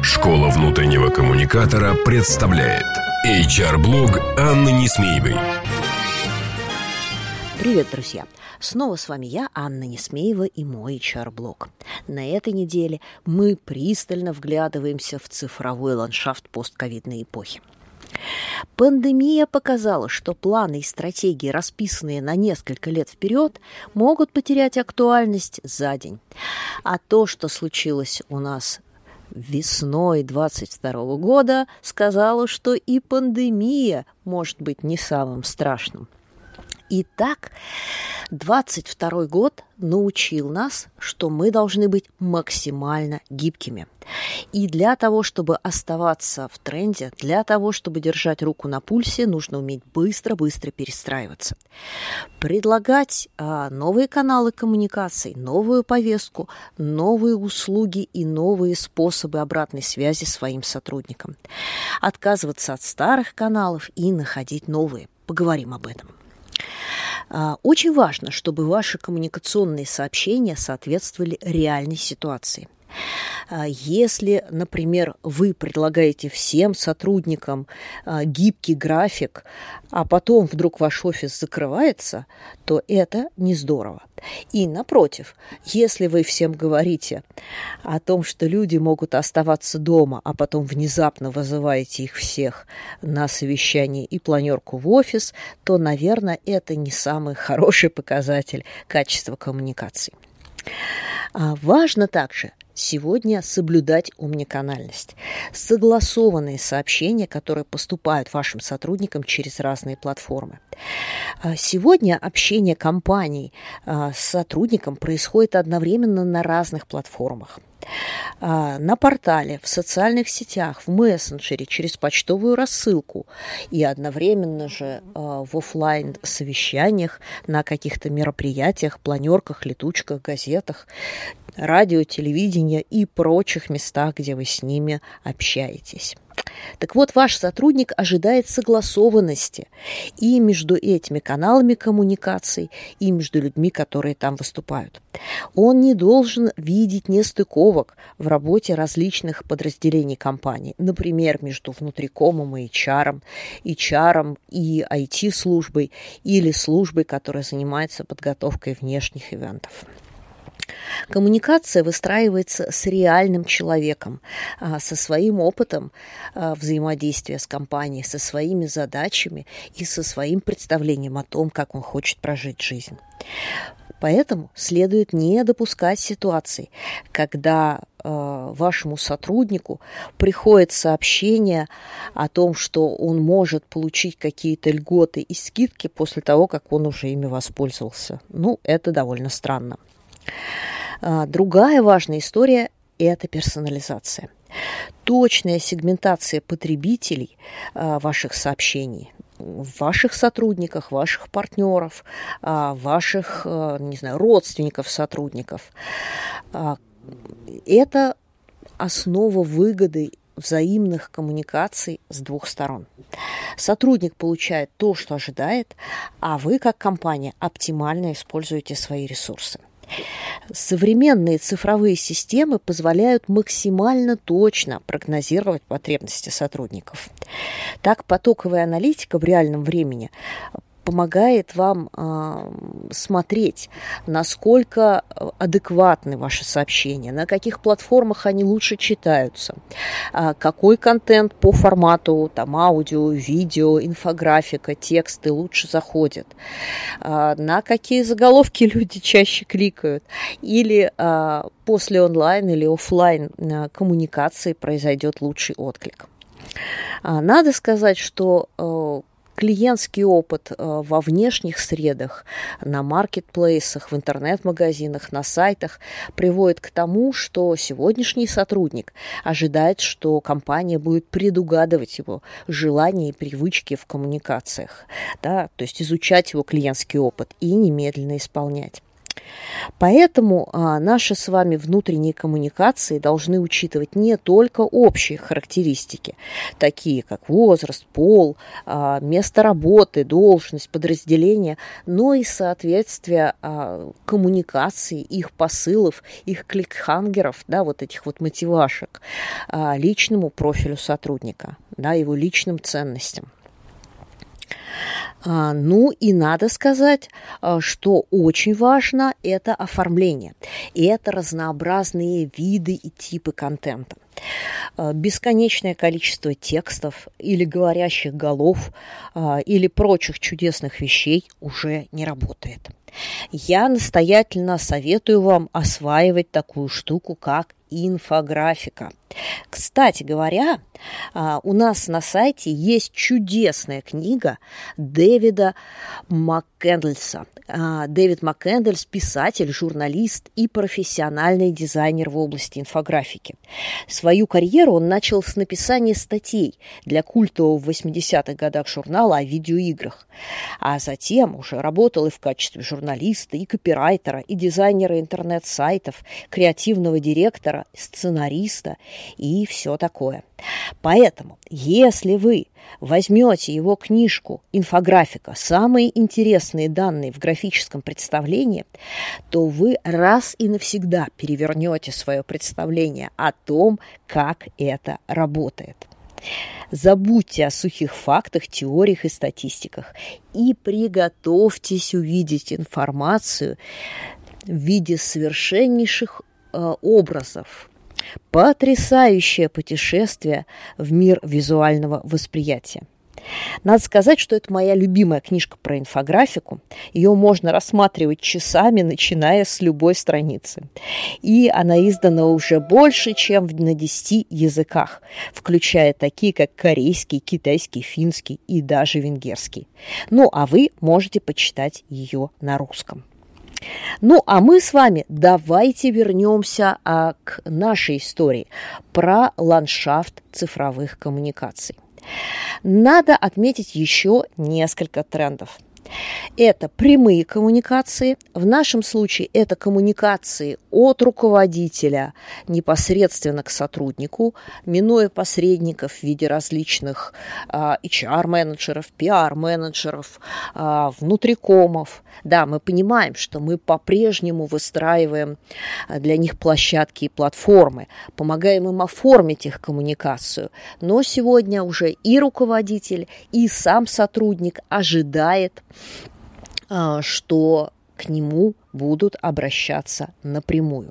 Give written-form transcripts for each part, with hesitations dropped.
Школа внутреннего коммуникатора представляет HR-блог Анны Несмеевой. Привет, друзья! Снова с вами я, Анна Несмеева, и мой HR-блог. На этой неделе мы пристально вглядываемся в цифровой ландшафт постковидной эпохи. Пандемия показала, что планы и стратегии, расписанные на несколько лет вперед, могут потерять актуальность за день. А то, что случилось у нас весной 2022 года, сказала, что и пандемия может быть не самым страшным. Итак, 22 год научил нас, что мы должны быть максимально гибкими. И для того, чтобы оставаться в тренде, для того, чтобы держать руку на пульсе, нужно уметь быстро-быстро перестраиваться. Предлагать новые каналы коммуникаций, новую повестку, новые услуги и новые способы обратной связи своим сотрудникам. Отказываться от старых каналов и находить новые. Поговорим об этом. Очень важно, чтобы ваши коммуникационные сообщения соответствовали реальной ситуации. Если, например, вы предлагаете всем сотрудникам гибкий график, а потом вдруг ваш офис закрывается, то это не здорово. И напротив, если вы всем говорите о том, что люди могут оставаться дома, а потом внезапно вызываете их всех на совещание и планерку в офис, то, наверное, это не самый хороший показатель качества коммуникаций. Важно также сегодня соблюдать омниканальность. Согласованные сообщения, которые поступают вашим сотрудникам через разные платформы. Сегодня общение компаний с сотрудником происходит одновременно на разных платформах. На портале, в социальных сетях, в мессенджере, через почтовую рассылку и одновременно же в офлайн совещаниях, на каких-то мероприятиях, планерках, летучках, газетах, радио, телевидение и прочих местах, где вы с ними общаетесь. Так вот, ваш сотрудник ожидает согласованности и между этими каналами коммуникаций, и между людьми, которые там выступают. Он не должен видеть нестыковок в работе различных подразделений компании, например, между внутрикомом и HR и IT-службой или службой, которая занимается подготовкой внешних ивентов. Коммуникация выстраивается с реальным человеком, со своим опытом взаимодействия с компанией, со своими задачами и со своим представлением о том, как он хочет прожить жизнь. Поэтому следует не допускать ситуаций, когда вашему сотруднику приходит сообщение о том, что он может получить какие-то льготы и скидки после того, как он уже ими воспользовался. Это довольно странно. Другая важная история – это персонализация. Точная сегментация потребителей ваших сообщений, ваших сотрудников, ваших партнеров, ваших, родственников сотрудников. Это основа выгоды взаимных коммуникаций с двух сторон. Сотрудник получает то, что ожидает, а вы, как компания, оптимально используете свои ресурсы. Современные цифровые системы позволяют максимально точно прогнозировать потребности сотрудников. Так, потоковая аналитика в реальном времени помогает вам смотреть, насколько адекватны ваши сообщения, на каких платформах они лучше читаются, какой контент по формату аудио, видео, инфографика, тексты лучше заходят, на какие заголовки люди чаще кликают, или после онлайн или офлайн коммуникации произойдет лучший отклик. Надо сказать, что клиентский опыт во внешних средах, на маркетплейсах, в интернет-магазинах, на сайтах приводит к тому, что сегодняшний сотрудник ожидает, что компания будет предугадывать его желания и привычки в коммуникациях, то есть изучать его клиентский опыт и немедленно исполнять. Поэтому наши с вами внутренние коммуникации должны учитывать не только общие характеристики, такие как возраст, пол, место работы, должность, подразделение, но и соответствие коммуникации, их посылов, их кликхангеров, да, вот этих вот мотивашек, личному профилю сотрудника, да, его личным ценностям. Ну и надо сказать, что очень важно, это оформление. И это разнообразные виды и типы контента. Бесконечное количество текстов или говорящих голов или прочих чудесных вещей уже не работает. Я настоятельно советую вам осваивать такую штуку, как инфографика. Кстати говоря, у нас на сайте есть чудесная книга Дэвида МакКэндльса. Дэвид МакКэндльс – писатель, журналист и профессиональный дизайнер в области инфографики. Свою карьеру он начал с написания статей для культового в 80-х годах журнала о видеоиграх, а затем уже работал и в качестве журналиста, и копирайтера, и дизайнера интернет-сайтов, креативного директора, сценариста и все такое. Поэтому, если вы возьмете его книжку «Инфографика. Самые интересные данные в графическом представлении», то вы раз и навсегда перевернете свое представление о том, как это работает. Забудьте о сухих фактах, теориях и статистиках и приготовьтесь увидеть информацию в виде совершеннейших образов. Потрясающее путешествие в мир визуального восприятия. Надо сказать, что это моя любимая книжка про инфографику. Ее можно рассматривать часами, начиная с любой страницы. И она издана уже больше, чем на 10 языках, включая такие, как корейский, китайский, финский и даже венгерский. Ну, а вы можете почитать ее на русском. Ну, а мы с вами давайте вернемся к нашей истории про ландшафт цифровых коммуникаций. Надо отметить еще несколько трендов. Это прямые коммуникации. В нашем случае это коммуникации от руководителя непосредственно к сотруднику, минуя посредников в виде различных HR-менеджеров, PR-менеджеров, внутрикомов. Да, мы понимаем, что мы по-прежнему выстраиваем для них площадки и платформы, помогаем им оформить их коммуникацию. Но сегодня уже и руководитель, и сам сотрудник ожидает, что к нему будут обращаться напрямую.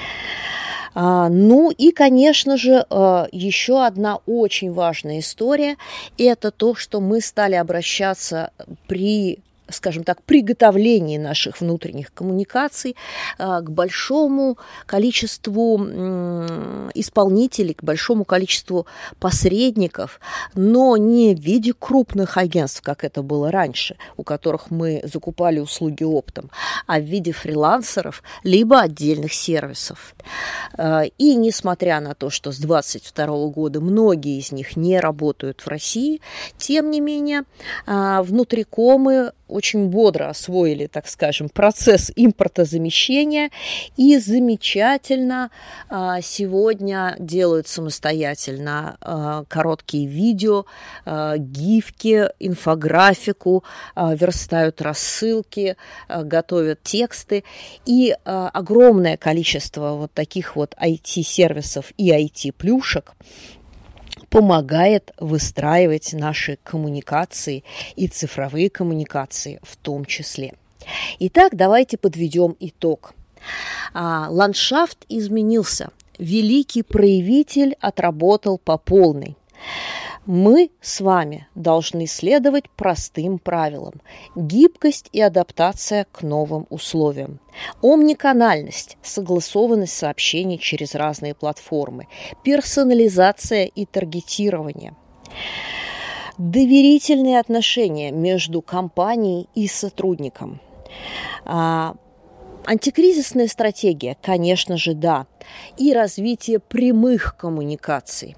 Ну и, конечно же, еще одна очень важная история – это то, что мы стали обращаться при, скажем так, приготовлении наших внутренних коммуникаций к большому количеству исполнителей, к большому количеству посредников, но не в виде крупных агентств, как это было раньше, у которых мы закупали услуги оптом, а в виде фрилансеров, либо отдельных сервисов. И несмотря на то, что с 2022 года многие из них не работают в России, тем не менее внутрикомы очень бодро освоили, так скажем, процесс импортозамещения и замечательно сегодня делают самостоятельно короткие видео, гифки, инфографику, верстают рассылки, готовят тексты. И огромное количество вот таких вот IT-сервисов и IT-плюшек помогает выстраивать наши коммуникации и цифровые коммуникации в том числе. Итак, давайте подведем итог. Ландшафт изменился. Великий проявитель отработал по полной. Мы с вами должны следовать простым правилам. Гибкость и адаптация к новым условиям. Омниканальность, согласованность сообщений через разные платформы. Персонализация и таргетирование. Доверительные отношения между компанией и сотрудником. Антикризисная стратегия, конечно же, да. И развитие прямых коммуникаций.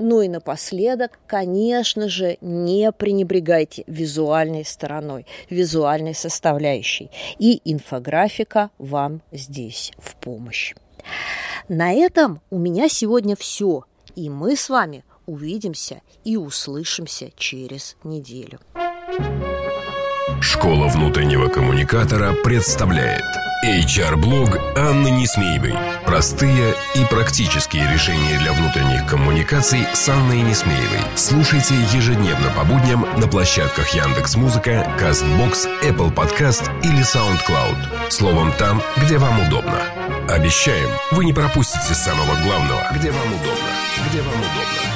Ну и напоследок, конечно же, не пренебрегайте визуальной стороной, визуальной составляющей. И инфографика вам здесь в помощь. На этом у меня сегодня все. И мы с вами увидимся и услышимся через неделю. Школа внутреннего коммуникатора представляет HR-блог Анны Несмеевой. Простые и практические решения для внутренних коммуникаций с Анной Несмеевой. Слушайте ежедневно по будням на площадках Яндекс.Музыка, Castbox, Apple Podcast или SoundCloud. Словом, там, где вам удобно. Обещаем, вы не пропустите самого главного, где вам удобно.